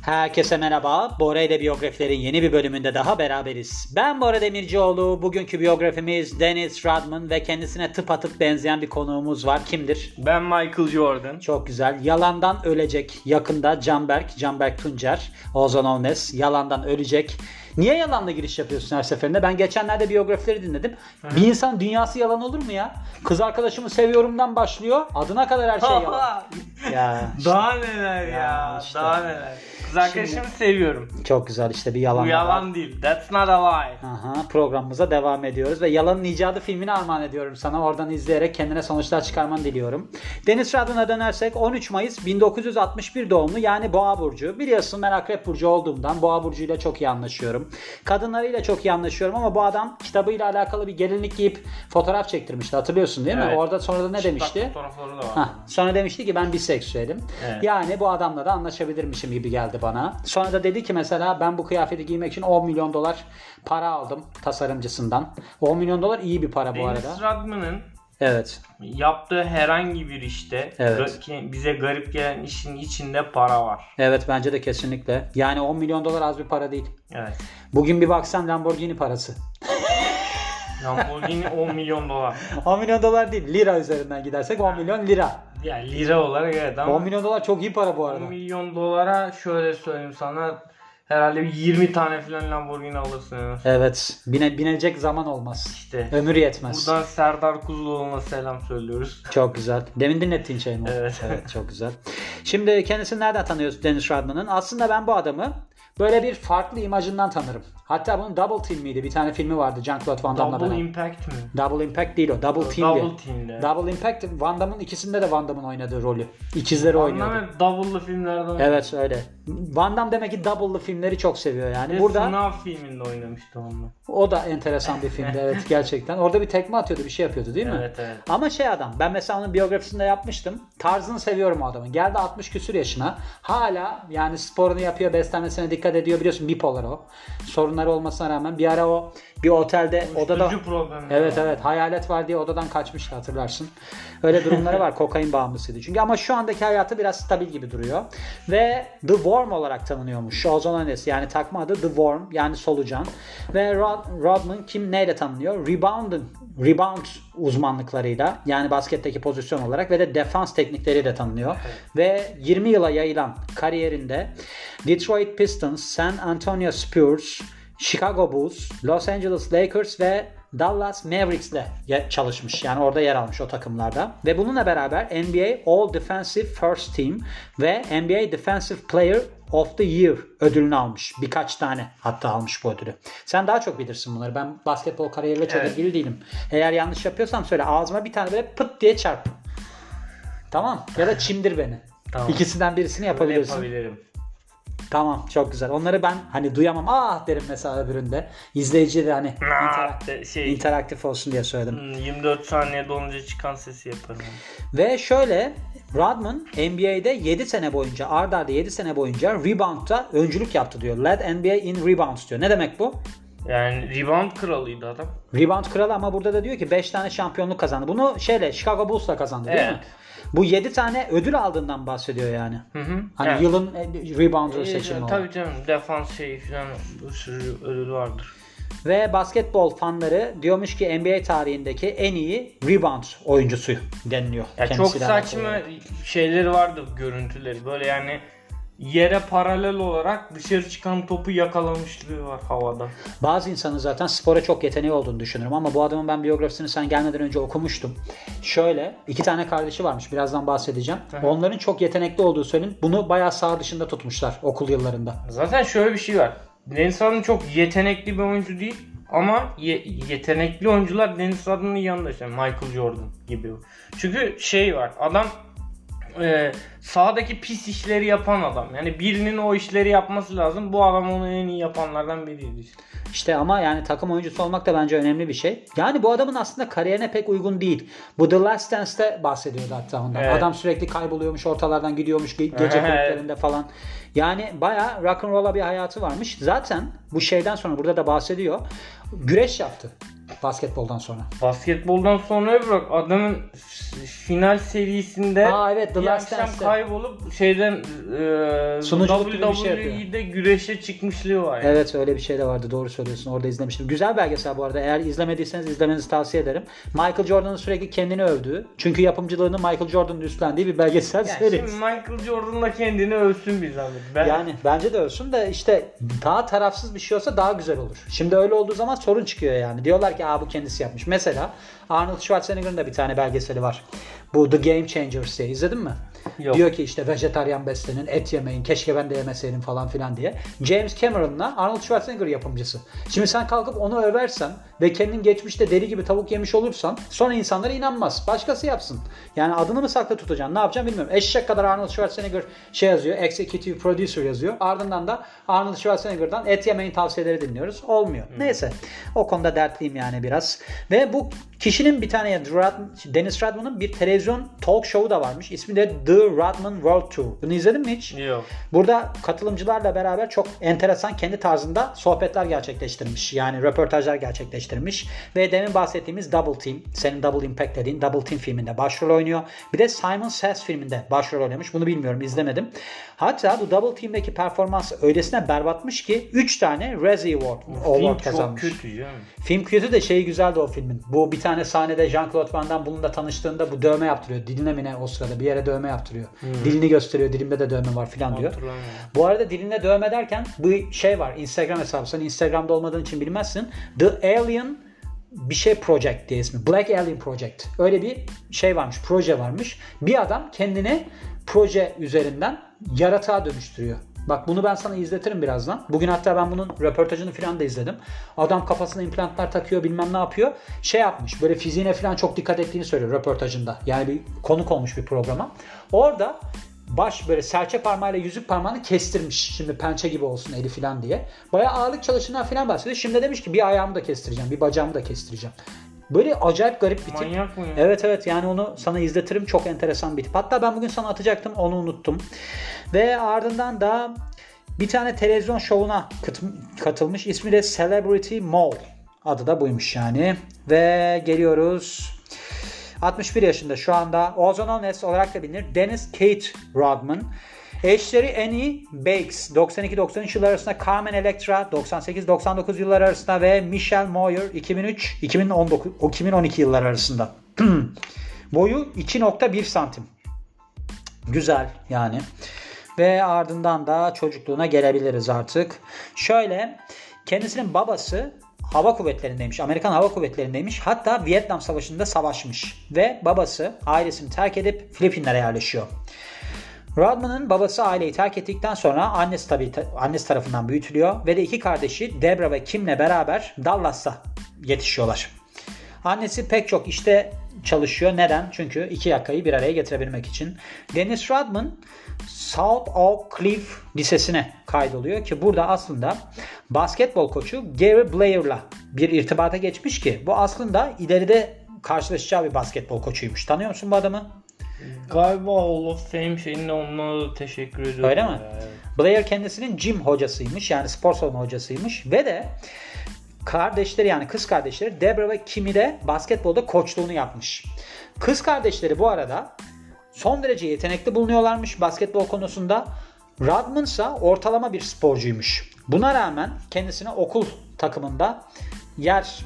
Herkese merhaba. Bora ile biyografilerin yeni bir bölümünde daha beraberiz. Ben Bora Demircioğlu. Bugünkü biyografimiz Dennis Rodman ve kendisine tıpatıp benzeyen bir konuğumuz var. Kimdir? Ben Michael Jordan. Çok güzel. Yalandan ölecek. Yakında Canberk Tuncer. Also known as yalandan ölecek. Niye yalanla giriş yapıyorsun her seferinde? Ben geçenlerde biyografileri dinledim. Bir insan dünyası yalan olur mu ya? Kız arkadaşımı seviyorumdan başlıyor. Adına kadar her şey yalan. Ya işte. Daha neler ya. işte. Daha neler. Kız arkadaşımı seviyorum. Çok güzel işte bir yalan. Bu yalan değil. That's not a lie. Aha, programımıza devam ediyoruz ve Yalanın İcadı filmini armağan ediyorum sana. Oradan izleyerek kendine sonuçlar çıkarmanı diliyorum. Dennis Rodman'a dönersek 13 Mayıs 1961 doğumlu, yani Boğa burcu. Biliyorsun ben Akrep burcu olduğumdan Boğa burcuyla çok iyi anlaşıyorum. Kadınlarıyla çok iyi anlaşıyorum ama bu adam kitabıyla alakalı bir gelinlik giyip fotoğraf çektirmişti. Hatırlıyorsun değil mi? Evet. Orada sonra da ne demişti? Fotoğrafları da var. Sonra demişti ki ben biseksüelim. Evet. Yani bu adamla da anlaşabilirmişim gibi geldi bana. Sonra da dedi ki mesela ben bu kıyafeti giymek için 10 milyon dolar para aldım tasarımcısından. 10 milyon dolar iyi bir para bu Dennis arada. Rodman'ın Evet. yaptığı herhangi bir işte Evet. bize garip gelen işin içinde para var. Evet, bence de kesinlikle. Yani 10 milyon dolar az bir para değil. Evet. Bugün bir baksan Lamborghini parası. Lamborghini 10 milyon dolar. 10 milyon dolar değil, lira üzerinden gidersek 10 milyon lira. Yani lira olarak evet ama 10 milyon dolar çok iyi para bu 10 arada. milyon dolara şöyle söyleyeyim sana, herhalde bir 20 tane falan Lamborghini alırsın. Evet. Binecek zaman olmaz. İşte. Ömür yetmez. Buradan Serdar Kuzuloğlu'na selam söylüyoruz. Çok güzel. Demin dinlettiğin şey mi? Evet. Evet, çok güzel. Şimdi kendisini nereden tanıyoruz Dennis Rodman'ın? Aslında ben bu adamı böyle bir farklı imajından tanırım. Hatta bunun Double Team miydi? Bir tane filmi vardı Jean-Claude Van Damme'la Double beraber. Impact mi? Double Impact değil o. Double Team'di. Double Team'de. Double Impact, Van Damme'ın ikisinde de Van Damme'ın oynadığı rolü. İkizleri oynuyordu. Anlam hep double'lı filmlerden. Evet öyle. Van Damme demek ki double'lı filmleri çok seviyor yani. Ve Burada Sınav filminde oynamıştı onunla. o da enteresan bir filmdi evet gerçekten. Orada bir tekme atıyordu, bir şey yapıyordu değil mi? Evet. Ama adam, ben mesela onun biyografisinde yapmıştım. Tarzını seviyorum o adamın. Geldi 60 küsür yaşına. Hala yani sporunu yapıyor, beslenmesine dikkat ediyor. Biliyorsun bipolar o. Sorunları olmasına rağmen bir ara o bir otelde odada Uyuşturucu problemi. evet hayalet var diye odadan kaçmıştı, hatırlarsın. Öyle durumları var. Kokain bağımlısıydı çünkü, ama şu andaki hayatı biraz stabil gibi duruyor. Ve The Worm olarak tanınıyormuş. Ozonanes, yani takma adı The Worm, yani solucan. Ve Rodman neyle tanınıyor? Rebound uzmanlıklarıyla, yani basketteki pozisyon olarak ve de defans teknikleriyle tanınıyor. Evet. Ve 20 yıla yayılan kariyerinde Detroit Pistons, San Antonio Spurs, Chicago Bulls, Los Angeles Lakers ve Dallas Mavericks'le çalışmış. Yani orada yer almış o takımlarda. Ve bununla beraber NBA All Defensive First Team ve NBA Defensive Player of the Year ödülünü almış. Birkaç tane hatta almış bu ödülü. Sen daha çok bilirsin bunları. Ben basketbol kariyeriyle çok ilgili değilim. Eğer yanlış yapıyorsam söyle. Ağzıma bir tane böyle pıt diye çarp. Tamam. Ya da çimdir beni. Tamam. İkisinden birisini yapabilirsin. Yapabilirim. Tamam, çok güzel. Onları ben duyamam derim mesela öbüründe. İzleyici de interaktif olsun diye söyledim. 24 saniye dolunca çıkan sesi yaparım. Ve şöyle, Rodman NBA'de 7 sene boyunca arda 7 sene boyunca rebound'da öncülük yaptı diyor. Led NBA in rebounds diyor. Ne demek bu? Yani rebound kralıydı adam. Rebound kralı, ama burada da diyor ki 5 tane şampiyonluk kazandı. Bunu Chicago Bulls'la kazandı değil mi? Bu 7 tane ödül aldığından bahsediyor yani. Hani evet. yılın rebounder seçimi olarak. Tabii canım, defans falan bir sürü ödülü vardır. Ve basketbol fanları diyormuş ki NBA tarihindeki en iyi rebound oyuncusu deniliyor. Ya çok saçma şeyleri vardı, görüntüleri. Böyle yani yere paralel olarak dışarı çıkan topu yakalamışlığı var havada. Bazı insanın zaten spora çok yeteneği olduğunu düşünürüm, ama bu adamın ben biyografisini sen gelmeden önce okumuştum. Şöyle, 2 tane kardeşi varmış, birazdan bahsedeceğim. Onların çok yetenekli olduğu söylenir. Bunu bayağı sağ dışında tutmuşlar okul yıllarında. Zaten şöyle bir şey var. Dennis Rodman çok yetenekli bir oyuncu değil. Ama yetenekli oyuncular Dennis Rodman'ın yanında, işte Michael Jordan gibi. Çünkü var, adam sahadaki pis işleri yapan adam. Yani birinin o işleri yapması lazım. Bu adam onu en iyi yapanlardan biriydi. İşte ama yani takım oyuncusu olmak da bence önemli bir şey. Yani bu adamın aslında kariyerine pek uygun değil. Bu The Last Dance'te bahsediyordu hatta ondan. Evet. Adam sürekli kayboluyormuş, ortalardan gidiyormuş gece kulüplerinde falan. Yani bayağı rock'n'roll'a bir hayatı varmış. Zaten bu şeyden sonra burada da bahsediyor. Güreş yaptı. basketboldan sonra? Basketboldan sonra bırak, adamın final serisinde evet, The bir Last akşam Dance'te kaybolup şeyden sunuculuk gibi bir şey WWE'de güreşe çıkmışlığı var. Yani. Evet, öyle bir şey de vardı, doğru söylüyorsun, orada izlemiştim. Güzel belgesel bu arada, eğer izlemediyseniz izlemenizi tavsiye ederim. Michael Jordan'ın sürekli kendini övdüğü, çünkü yapımcılığını Michael Jordan'ın üstlendiği bir belgesel Yani serisi. şimdi Michael Jordan da kendini övsün bir zahmet. Yani bence de övsün de işte daha tarafsız bir şey olsa daha güzel olur. Şimdi öyle olduğu zaman sorun çıkıyor yani. Diyorlar ki bu kendisi yapmış. Mesela Arnold Schwarzenegger'ın da bir tane belgeseli var. Bu The Game Changers diye, izledin mi? Yok. Diyor ki işte vejetaryen beslenin, et yemeyin, keşke ben de yemeseydim falan filan diye. James Cameron'la Arnold Schwarzenegger yapımcısı. Şimdi sen kalkıp onu översen ve kendin geçmişte deli gibi tavuk yemiş olursan sonra insanlara inanmaz. Başkası yapsın. Yani adını mı saklı tutacaksın? Ne yapacaksın bilmiyorum. Eşek kadar Arnold Schwarzenegger şey yazıyor. Executive Producer yazıyor. Ardından da Arnold Schwarzenegger'dan et yemeyin tavsiyeleri dinliyoruz. Olmuyor. Neyse. O konuda dertliyim yani biraz. Ve bu kişinin bir tane Dennis Rodman'ın bir televizyon talk show'u da varmış. İsmi de The Rodman World Tour. Bunu izledin mi hiç? Yok. Burada katılımcılarla beraber çok enteresan, kendi tarzında sohbetler gerçekleştirmiş. Yani röportajlar gerçekleştirmiş. Ve demin bahsettiğimiz Double Team, senin Double Impact dediğin Double Team filminde başrol oynuyor. Bir de Simon Says filminde başrol oynamış. Bunu bilmiyorum, izlemedim. Hatta bu Double Team'deki performans öylesine berbatmış ki 3 tane Razzie Award kazanmış. Film çok kötü canım. Film kötü de şeyi güzeldi o filmin. Bu bir tane sahnede Jean-Claude Van Damme bununla tanıştığında bu dövme yaptırıyor. Diline mi ne o sırada bir yere dövme yaptırıyor. Dilini gösteriyor. Dilimde de dövme var filan diyor. Bu arada diline dövme derken bu şey var. Instagram hesabı. Sen Instagram'da olmadığın için bilmezsin. The Alien bir şey Project diye ismi. Black Alien Project. Öyle bir şey varmış. Proje varmış. Bir adam kendini proje üzerinden yaratığa dönüştürüyor. Bak bunu ben sana izletirim birazdan. Bugün hatta ben bunun röportajını falan da izledim. Adam kafasına implantlar takıyor, bilmem ne yapıyor. Şey yapmış, böyle fiziğine falan çok dikkat ettiğini söylüyor röportajında. Yani bir konuk olmuş bir programa. Orada böyle serçe parmağıyla yüzük parmağını kestirmiş. Şimdi pençe gibi olsun eli falan diye. Bayağı ağırlık çalıştığından falan bahsediyor. Şimdi demiş ki bir ayağımı da kestireceğim, bir bacağımı da kestireceğim. Böyle acayip garip bir tip. Manyak mı ya? Evet yani onu sana izletirim. Çok enteresan bir tip. Hatta ben bugün sana atacaktım, onu unuttum. Ve ardından da bir tane televizyon şovuna katılmış. İsmi de Celebrity Mall. Adı da buymuş yani. Ve geliyoruz. 61 yaşında şu anda. Also known as olarak da bilinir. Dennis Kate Rodman. Eşleri Annie Bakes 92-93 yıllar arasında, Carmen Electra 98-99 yıllar arasında ve Michelle Moyer 2003-2012 yıllar arasında. Boyu 2.1 santim. Güzel yani. Ve ardından da çocukluğuna gelebiliriz artık. Şöyle, kendisinin babası hava kuvvetlerindeymiş. Amerikan hava kuvvetlerindeymiş. Hatta Vietnam Savaşı'nda savaşmış. Ve babası ailesini terk edip Filipinlere yerleşiyor. Rodman'ın babası aileyi terk ettikten sonra annesi tarafından büyütülüyor ve de iki kardeşi Debra ve Kim'le beraber Dallas'ta yetişiyorlar. Annesi pek çok işte çalışıyor. Neden? Çünkü iki yakayı bir araya getirebilmek için. Dennis Rodman South Oak Cliff Lisesi'ne kaydoluyor ki burada aslında basketbol koçu Gary Blair'la bir irtibata geçmiş ki bu aslında ileride karşılaşacağı bir basketbol koçuymuş. Tanıyor musun bu adamı? Galiba Hall of Fame şeyinde onlara da teşekkür ediyorum. Öyle mi? Evet. Blair kendisinin gym hocasıymış, yani spor salonu hocasıymış ve de kardeşleri, yani kız kardeşleri Debra ve Kim'i de basketbolda koçluğunu yapmış. Kız kardeşleri bu arada son derece yetenekli bulunuyorlarmış basketbol konusunda. Rodman ise ortalama bir sporcuymuş. Buna rağmen kendisine okul takımında yer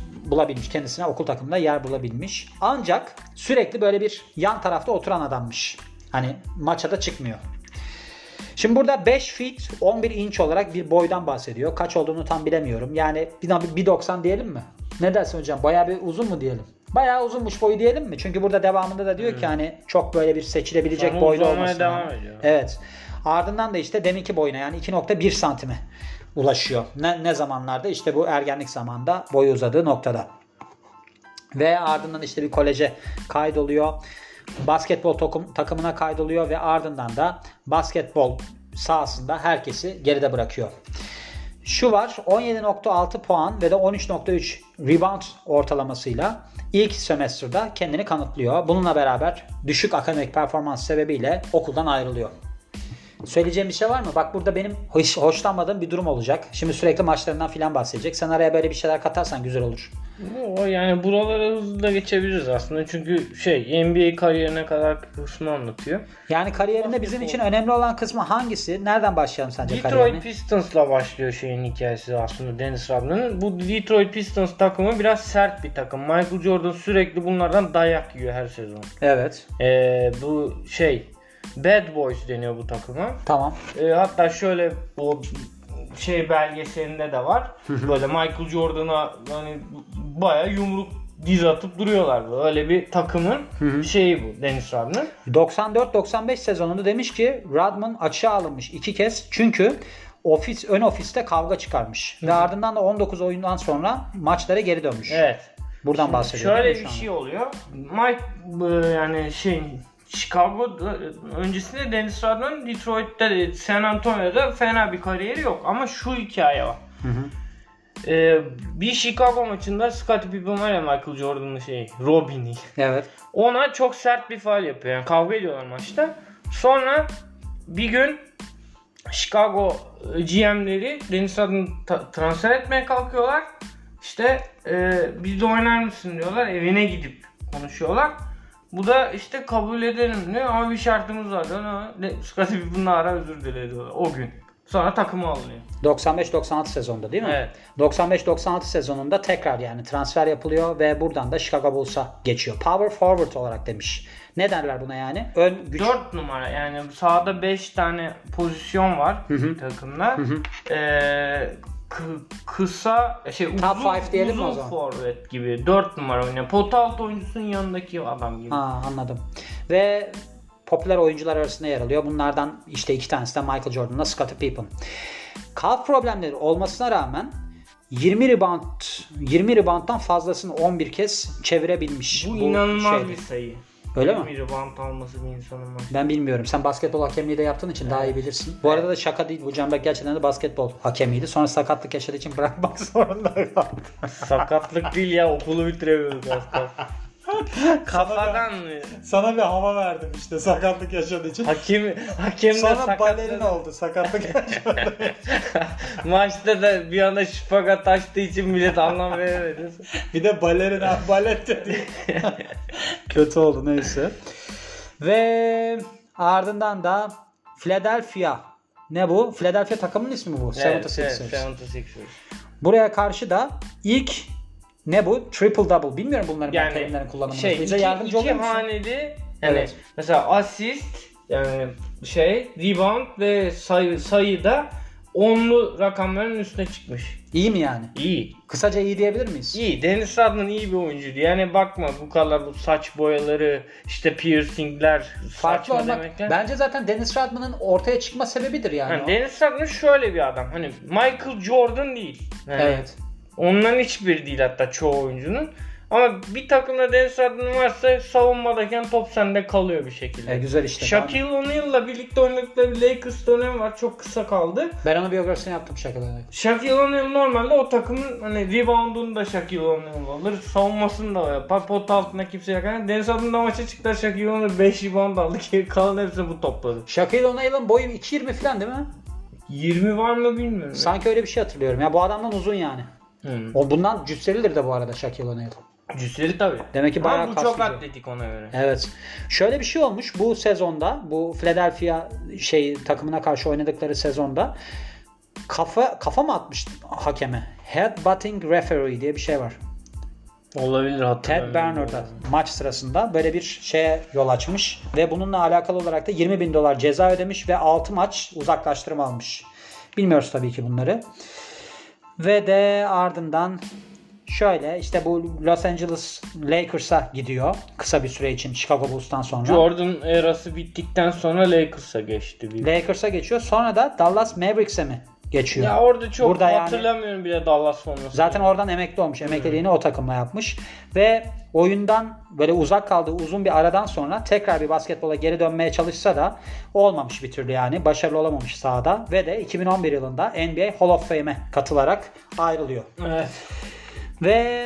bulabilmiş. Ancak sürekli böyle bir yan tarafta oturan adammış. Hani maça da çıkmıyor. Şimdi burada 5 feet 11 inç olarak bir boydan bahsediyor. Kaç olduğunu tam bilemiyorum. Yani 1.90 diyelim mi? Ne dersin hocam? Bayağı bir uzun mu diyelim? Bayağı uzunmuş boyu diyelim mi? Çünkü burada devamında da diyor ki hani çok böyle bir seçilebilecek sonra boyda olmasın. Devam ediyor. Evet. Ardından da işte deminki boyuna, yani 2.1 santime ulaşıyor. Ne zamanlarda? İşte bu ergenlik zamanında boyu uzadığı noktada. Ve ardından işte bir koleje kaydoluyor. Basketbol takımına kaydoluyor ve ardından da basketbol sahasında herkesi geride bırakıyor. Şu var, 17.6 puan ve de 13.3 rebound ortalamasıyla ilk sömestrda kendini kanıtlıyor. Bununla beraber düşük akademik performans sebebiyle okuldan ayrılıyor. Söyleyeceğim bir şey var mı? Bak burada benim hoşlanmadığım bir durum olacak. Şimdi sürekli maçlarından filan bahsedecek. Sen araya böyle bir şeyler katarsan güzel olur. O yani buralara hızlı da geçebiliriz aslında. Çünkü NBA kariyerine kadar kısmı anlatıyor. Yani kariyerinde bizim için önemli olan kısmı hangisi? Nereden başlayalım sence Detroit kariyerine? Pistons'la başlıyor hikayesi aslında Dennis Rodman'ın. Bu Detroit Pistons takımı biraz sert bir takım. Michael Jordan sürekli bunlardan dayak yiyor her sezon. Evet. Bu Bad Boys deniyor bu takıma. Tamam. Hatta şöyle o belgeselinde de var. Böyle Michael Jordan'a hani bayağı yumruk diz atıp duruyorlar. Öyle bir takımın bu Dennis Rodman. 94-95 sezonunda demiş ki Rodman açığa alınmış 2 kez. Çünkü ön ofiste kavga çıkarmış. Ve ardından da 19 oyundan sonra maçlara geri dönmüş. Evet. Buradan bahsediyor. Şöyle bir şey oluyor. Chicago öncesinde Dennis Rodman Detroit'te, San Antonio'da fena bir kariyeri yok. Ama şu hikaye var. Bir Chicago maçında Scottie Pippen var ya, Michael Jordan'ın Robin'i. Evet. Ona çok sert bir faul yapıyor. Yani kavga ediyorlar maçta. Sonra bir gün Chicago GM'leri Dennis Rodman'ı transfer etmeye kalkıyorlar. Biz de oynar mısın diyorlar. Evine gidip konuşuyorlar. Bu da kabul edelim diyor ama bir şartımız var diyor. Scottie Pippen'la ara özür diledi o gün. Sonra takımı alınıyor. 95-96 sezonunda değil mi? Evet. 95-96 sezonunda tekrar yani transfer yapılıyor ve buradan da Chicago Bulls'a geçiyor. Power forward olarak demiş. Ne derler buna yani? Ön güç. 4 numara yani sahada 5 tane pozisyon var takımda. Kısa five diyelim mi o uzun zaman? forvet gibi 4 numara oynuyor. Pota altı oyuncusunun yanındaki adam gibi. Anladım. Ve popüler oyuncular arasında yer alıyor. Bunlardan 2 tanesi de Michael Jordan'la Scottie Pippen. Kalp problemleri olmasına rağmen 20 rebound'dan fazlasını 11 kez çevirebilmiş. Bu inanılmaz bir sayı. Öyle 20 mi? rebound alması bir insanın var. Ben bilmiyorum. Sen basketbol hakemliği de yaptığın için daha iyi bilirsin. Bu arada da şaka değil. Bu Canberk gerçekten de basketbol hakemiydi. Sonra sakatlık yaşadığı için bırakmak zorunda kaldı. Sakatlık değil ya, okulu bitiremiyoruz aslında. Kafadan mı? Sana bir hava verdim sakatlık yaşadığı için. Hakem Sonra balerin oldu sakatlık yaşadığı Maçta da bir anda şifagat açtığı için millet anlam veremedi. Bir de balet dedi. Kötü oldu neyse. Ve ardından da Philadelphia. Ne bu? Philadelphia takımın ismi bu. 76ers. Buraya karşı da ilk ne bu? Triple double. Bilmiyorum bunların terimlerin kullanımını. Bize yardımcı olur musun? İki haneli yani mesela asist yani rebound ve sayıda onlu rakamların üstüne çıkmış. İyi mi yani? İyi. Kısaca iyi diyebilir miyiz? İyi. Dennis Rodman iyi bir oyuncuydu. Yani bakma bu kadar bu saç boyaları, piercingler, farklı olmak. Bence zaten Dennis Rodman'ın ortaya çıkma sebebidir yani. Dennis Rodman şöyle bir adam. Michael Jordan değil. Evet. Onların hiçbiri değil hatta çoğu oyuncunun. Ama bir takımda Dennis Rodman varsa savunmadayken top sende kalıyor bir şekilde. Güzel işte. Shaquille O'Neal'la birlikte oynadıkları bir Lakers dönemi var. Çok kısa kaldı. Ben onun biyografisini yaptım Shaquille O'Neal. Shaquille O'Neal normalde o takımın rebound'unu da Shaquille O'Neal alır. Savunmasını da yapar. Pot altında kimse yakalar. Dennis Rodman da maça çıktı. Shaquille O'Neal 5 rebound aldı. Kalan hepsini bu topladı. Shaquille O'Neal'ın boyu 2.20 falan değil mi? 20 var mı bilmiyorum. Sanki öyle bir şey hatırlıyorum. Ya bu adamdan uzun yani. O bundan cüsselidir de bu arada Shaquille O'Neal. Cüsseli tabii. Demek ki bayağı kaslı. Bu çok atletik ona göre. Evet. Şöyle bir şey olmuş bu sezonda. Bu Philadelphia takımına karşı oynadıkları sezonda kafa mı atmış hakeme? Headbutting referee diye bir şey var. Olabilir, hatırlamıyorum. Ted Bernard'a maç sırasında böyle bir şeye yol açmış ve bununla alakalı olarak da $20,000 ceza ödemiş ve 6 maç uzaklaştırma almış. Bilmiyoruz tabii ki bunları. Ve de ardından şöyle bu Los Angeles Lakers'a gidiyor kısa bir süre için Chicago Bulls'tan sonra. Jordan erası bittikten sonra Lakers'a geçti. Lakers'a geçiyor. Sonra da Dallas Mavericks'e mi geçiyor? Ya orada çok burada hatırlamıyorum bile Dallas sonrası. Zaten oradan emekli olmuş. Emekliliğini o takımla yapmış. Ve oyundan böyle uzak kaldığı uzun bir aradan sonra tekrar bir basketbola geri dönmeye çalışsa da olmamış bir türlü yani. Başarılı olamamış sahada. Ve de 2011 yılında NBA Hall of Fame'e katılarak ayrılıyor. Evet. Ve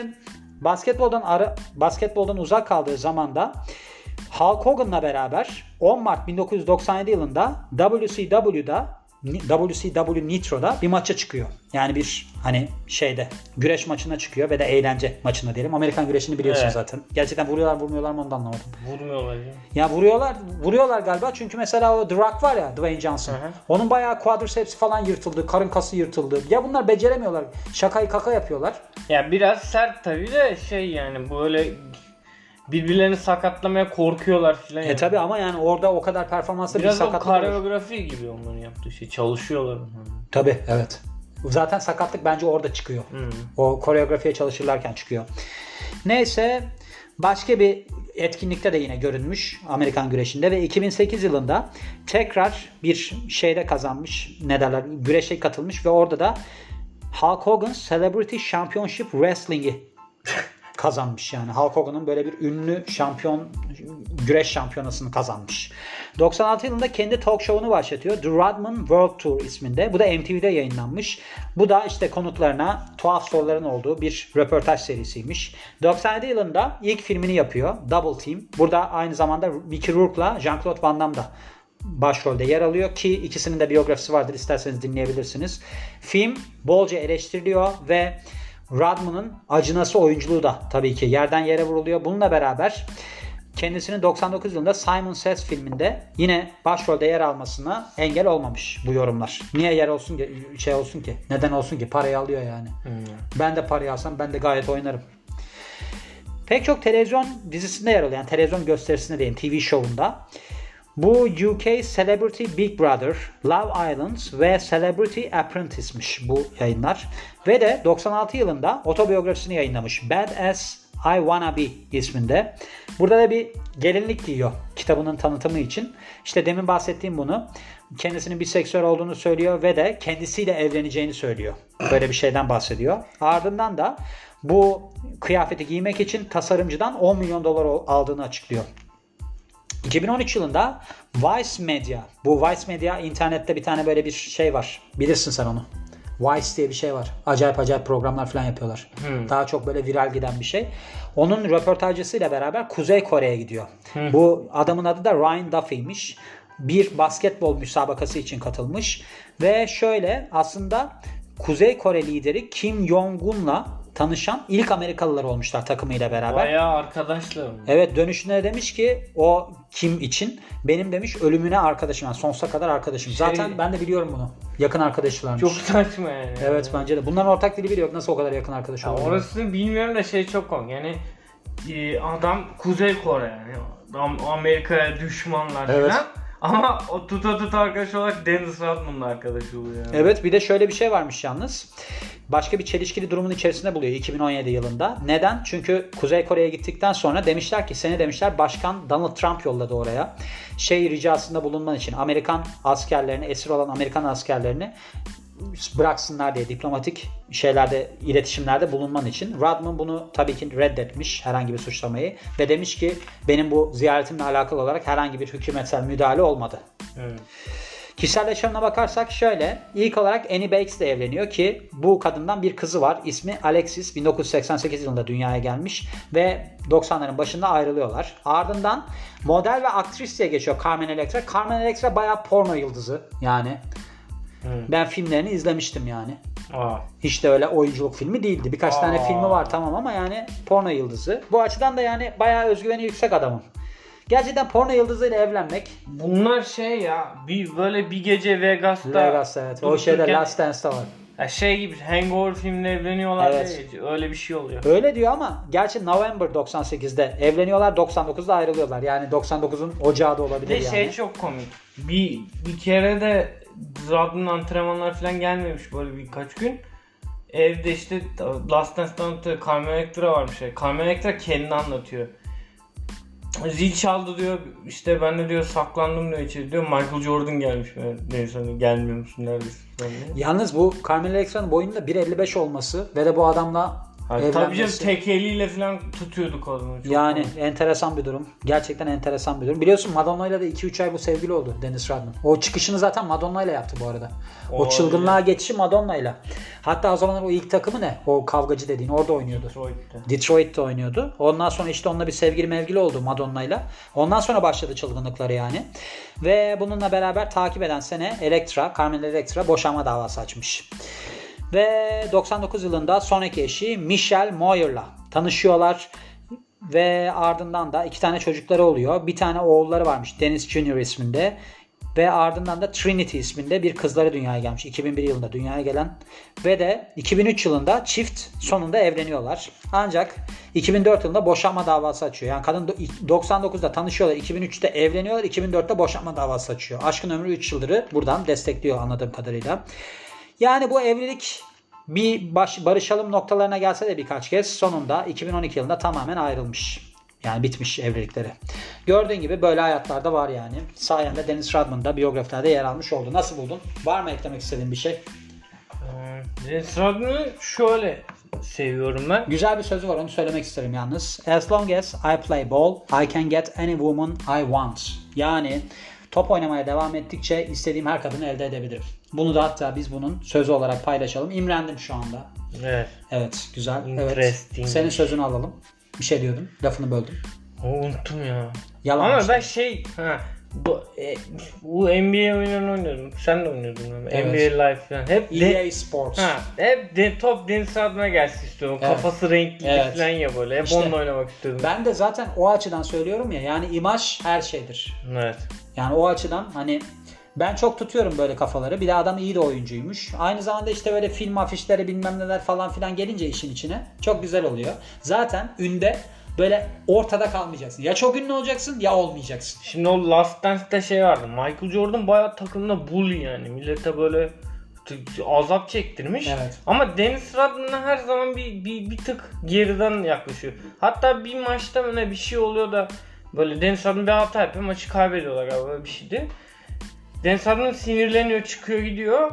basketboldan uzak kaldığı zamanda Hulk Hogan'la beraber 10 Mart 1997 yılında WCW'da WCW Nitro'da bir maça çıkıyor. Yani bir hani şeyde güreş maçına çıkıyor ve de eğlence maçına diyelim. Amerikan güreşini biliyorsun Evet. zaten. Gerçekten vuruyorlar vurmuyorlar mı onu da anlamadım. Vurmuyorlar ya. Ya vuruyorlar galiba çünkü mesela o The Rock var ya, Dwayne Johnson. Hı hı. Onun bayağı quadriceps'i falan yırtıldı, karın kası yırtıldı. Ya bunlar beceremiyorlar. Şakayı kaka yapıyorlar. Ya biraz sert tabii de şey yani böyle birbirlerini sakatlamaya korkuyorlar filan. Yani. Tabi ama yani orada o kadar performansla bir biraz o sakatlık olur. koreografi gibi onların yaptığı şey. Çalışıyorlar. Tabi evet. Zaten sakatlık bence orada çıkıyor. O koreografiye çalışırlarken çıkıyor. Neyse başka bir etkinlikte de yine görünmüş Amerikan güreşinde ve 2008 yılında tekrar bir şeyde kazanmış, ne derler, güreşe katılmış ve orada da Hulk Hogan Celebrity Championship Wrestling'i kazanmış yani. Hulk Hogan'ın böyle bir ünlü güreş şampiyonasını kazanmış. 96 yılında kendi talk show'unu başlatıyor. The Rodman World Tour isminde. Bu da MTV'de yayınlanmış. Bu da işte konuklarına tuhaf soruların olduğu bir röportaj serisiymiş. 97 yılında ilk filmini yapıyor. Double Team. Burada aynı zamanda Mickey Rourke'la Jean-Claude Van Damme da başrolde yer alıyor ki ikisinin de biyografisi vardır. İsterseniz dinleyebilirsiniz. Film bolca eleştiriliyor ve Rodman'ın acınası oyunculuğu da tabii ki yerden yere vuruluyor. Bununla beraber kendisinin 99 yılında Simon Says filminde yine başrolde yer almasına engel olmamış bu yorumlar. Niye yer olsun ki, şey olsun ki? Neden olsun ki? Parayı alıyor yani. Ben de parayı alsam ben de gayet oynarım. Pek çok televizyon dizisinde yer alıyor. Yani televizyon gösterisinde diyeyim, TV şovunda. Bu UK Celebrity Big Brother, Love Island ve Celebrity Apprentice'miş bu yayınlar. Ve de 96 yılında otobiyografisini yayınlamış. Bad As I Wanna Be isminde. Burada da bir gelinlik giyiyor kitabının tanıtımı için. İşte demin bahsettiğim bunu. Kendisinin biseksüel olduğunu söylüyor ve de kendisiyle evleneceğini söylüyor. Böyle bir şeyden bahsediyor. Ardından da bu kıyafeti giymek için tasarımcıdan 10 milyon dolar aldığını açıklıyor. 2013 yılında Vice Media. Bu Vice Media internette bir tane böyle bir şey var. Bilirsin sen onu. Vice diye bir şey var. Acayip programlar falan yapıyorlar. Daha çok böyle viral giden bir şey. Onun röportajcısıyla beraber Kuzey Kore'ye gidiyor. Bu adamın adı da Ryan Duffy'miş. Bir basketbol müsabakası için katılmış. Ve şöyle aslında Kuzey Kore lideri Kim Jong-un'la tanışan ilk Amerikalılar olmuşlar takımıyla beraber. Bayağı arkadaşlar. Evet, dönüşünde demiş ki o Kim için benim demiş ölümüne arkadaşım. Yani sonsuza kadar arkadaşım. Zaten ben de biliyorum bunu. Yakın arkadaşlarmış. Çok saçma yani. Evet bence de. Bunların ortak dili bile yok. Nasıl o kadar yakın arkadaş olabilir? Orasını bilmiyorum da şey çok komik. Yani adam Kuzey Kore yani. Amerika'ya düşmanlar Evet. falan. Ama o tuta arkadaş olarak Dennis Rodman'la arkadaş oluyor. Yani. Evet, bir de şöyle bir şey varmış yalnız. Başka bir çelişkili durumun içerisinde buluyor 2017 yılında. Neden? Çünkü Kuzey Kore'ye gittikten sonra demişler ki seni demişler Başkan Donald Trump yolladı oraya. Ricasında bulunman için Amerikan askerlerini, esir olan Amerikan askerlerini bıraksınlar diye diplomatik şeylerde, iletişimlerde bulunman için. Rodman bunu tabii ki reddetmiş, herhangi bir suçlamayı ve demiş ki benim bu ziyaretimle alakalı olarak herhangi bir hükümetsel müdahale olmadı. Evet. Kişisel yaşamına bakarsak şöyle. İlk olarak Annie Bakes ile evleniyor ki bu kadından bir kızı var. İsmi Alexis. 1988 yılında dünyaya gelmiş ve 90'ların başında ayrılıyorlar. Ardından model ve aktris diye geçiyor Carmen Electra. Carmen Electra bayağı porno yıldızı yani. Ben filmlerini izlemiştim yani. Hiç de öyle oyunculuk filmi değildi. Birkaç tane filmi var tamam ama yani porno yıldızı. Bu açıdan da yani bayağı özgüveni yüksek adamın. Gerçekten porno yıldızıyla evlenmek. Bunlar şey ya, böyle bir gece Vegas'ta evet. O şeyde Last Dance'da var. Ya şey gibi Hangover filminde evleniyorlar evet. diye öyle bir şey oluyor. Öyle diyor ama gerçi November 98'de evleniyorlar, 99'da ayrılıyorlar. Yani 99'un ocağı da olabilir Ve yani. şey çok komik. Bir kere de Rodman antrenmanlar falan gelmemiş böyle birkaç gün. Evde işte Last Dance'da anlatıyor. Carmen Electra varmış. Carmen Electra kendini anlatıyor. Zil çaldı diyor. İşte ben de diyor saklandım diyor içeri diyor. Michael Jordan gelmiş. Neyse gelmiyor musun neredesin? Yalnız bu Carmen Electra'nın boyunda 1.55 olması ve de bu adamla Tabii canım, evlenmesi. tek eliyle falan tutuyordu kadını. Çok Yani komik. enteresan bir durum. Gerçekten enteresan bir durum. Biliyorsun Madonna'yla da 2-3 ay bu sevgili oldu Dennis Rodman. O çıkışını zaten Madonna'yla yaptı bu arada. O çılgınlığa geçişi Madonna'yla. Hatta o zamanlar o ilk takımı ne? O kavgacı dediğin orada oynuyordu. Detroit'te oynuyordu. Ondan sonra işte onunla bir sevgili oldu Madonna'yla. Ondan sonra başladı çılgınlıkları yani. Ve bununla beraber takip eden sene Carmen Electra boşanma davası açmış. Ve 99 yılında sonraki eşi Michelle Moyer'la tanışıyorlar. Ve ardından da 2 tane çocukları oluyor. Bir tane oğulları varmış Dennis Jr. isminde. Ve ardından da Trinity isminde bir kızları dünyaya gelmiş. 2001 yılında dünyaya gelen. Ve de 2003 yılında çift sonunda evleniyorlar. Ancak 2004 yılında boşanma davası açıyor. Yani kadın 99'da tanışıyorlar. 2003'te evleniyorlar. 2004'te boşanma davası açıyor. Aşkın ömrü 3 yıldırı buradan destekliyor anladığım kadarıyla. Yani bu evlilik bir barışalım noktalarına gelse de birkaç kez sonunda 2012 yılında tamamen ayrılmış. Yani bitmiş evlilikleri. Gördüğün gibi böyle hayatlarda var yani. Sayende Dennis Rodman da biyografilerde yer almış oldu. Nasıl buldun? Var mı eklemek istediğin bir şey? Dennis Rodman'ı şöyle seviyorum ben. Güzel bir sözü var, onu söylemek isterim yalnız. As long as I play ball, I can get any woman I want. Yani top oynamaya devam ettikçe istediğim her kadını elde edebilirim. Bunu da hatta biz bunun sözü olarak paylaşalım. İmrendim şu anda. Evet. Evet, güzel. Evet. Interesting. Senin sözünü alalım. Bir şey diyordun. Lafını böldüm. Unuttum ya. Yalan Ama işte. ben bu NBA oyunlarını oynuyordum. Sen de oynuyordun. Evet. NBA Live falan. Hep EA Sports. top Dennis Rodman'a gelsin istiyorum. Evet. Kafası renkli Evet. falan ya böyle. Hep İşte, onunla oynamak istiyordum. Ben de zaten o açıdan söylüyorum ya. Yani imaj her şeydir. Evet. Yani o açıdan hani ben çok tutuyorum böyle kafaları. Bir de adam iyi de oyuncuymuş. Aynı zamanda işte böyle film afişleri bilmem neler falan filan gelince işin içine çok güzel oluyor. Zaten ünde böyle ortada kalmayacaksın. Ya çok ünlü olacaksın ya olmayacaksın. Şimdi o Last Dance'te şey vardı. Michael Jordan bayağı takımda bully yani. Millete böyle azap çektirmiş. Evet. Ama Dennis Rodman'a her zaman bir tık geriden yaklaşıyor. Hatta bir maçta mı ne bir şey oluyor da böyle Dennis Rodman bir hata yapıyor, maçı kaybediyorlar galiba, böyle bir şeydi. Dennis Rodman sinirleniyor, çıkıyor gidiyor.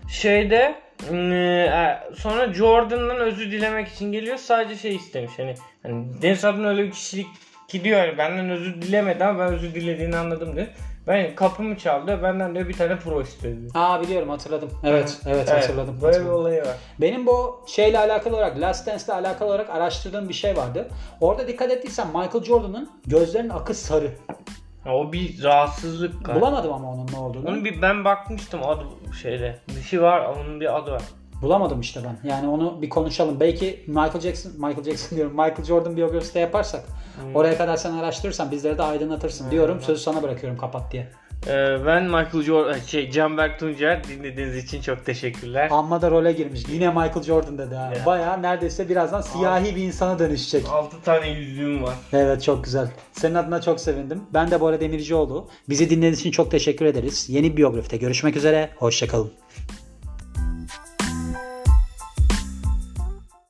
Sonra Jordan'dan özür dilemek için geliyor. Sadece şey istemiş hani Dennis Rodman öyle bir kişilik gidiyor yani, benden özür dilemedi ama ben özür dilediğini anladım diye. Ben kapımı çaldı, benden de bir tane pro istedi. Biliyorum, hatırladım. Evet hatırladım. Böyle bir olayı var. Benim bu şeyle alakalı olarak, Last Dance'le alakalı olarak araştırdığım bir şey vardı. Orada dikkat ettiysen Michael Jordan'ın gözlerinin akı sarı. O bir rahatsızlık galiba. Bulamadım ama onun ne olduğunu. Onu ben bakmıştım adı şeyde. Bir şey var, onun bir adı var. Bulamadım işte ben. Yani onu bir konuşalım. Belki Michael Jordan biyografisi de yaparsak oraya kadar sen araştırırsan bizleri de aydınlatırsın diyorum. Sözü sana bırakıyorum kapat diye. Ben Michael Jordan, Canberk Tuncer, dinlediğiniz için çok teşekkürler. Amma da role girmiş. Yine Michael Jordan dedi ha. Bayağı neredeyse birazdan siyahi bir insana dönüşecek. 6 tane yüzüğüm var. Evet, çok güzel. Senin adına çok sevindim. Ben de Bora Demircioğlu. Bizi dinlediğiniz için çok teşekkür ederiz. Yeni bir biyografide görüşmek üzere. Hoşçakalın.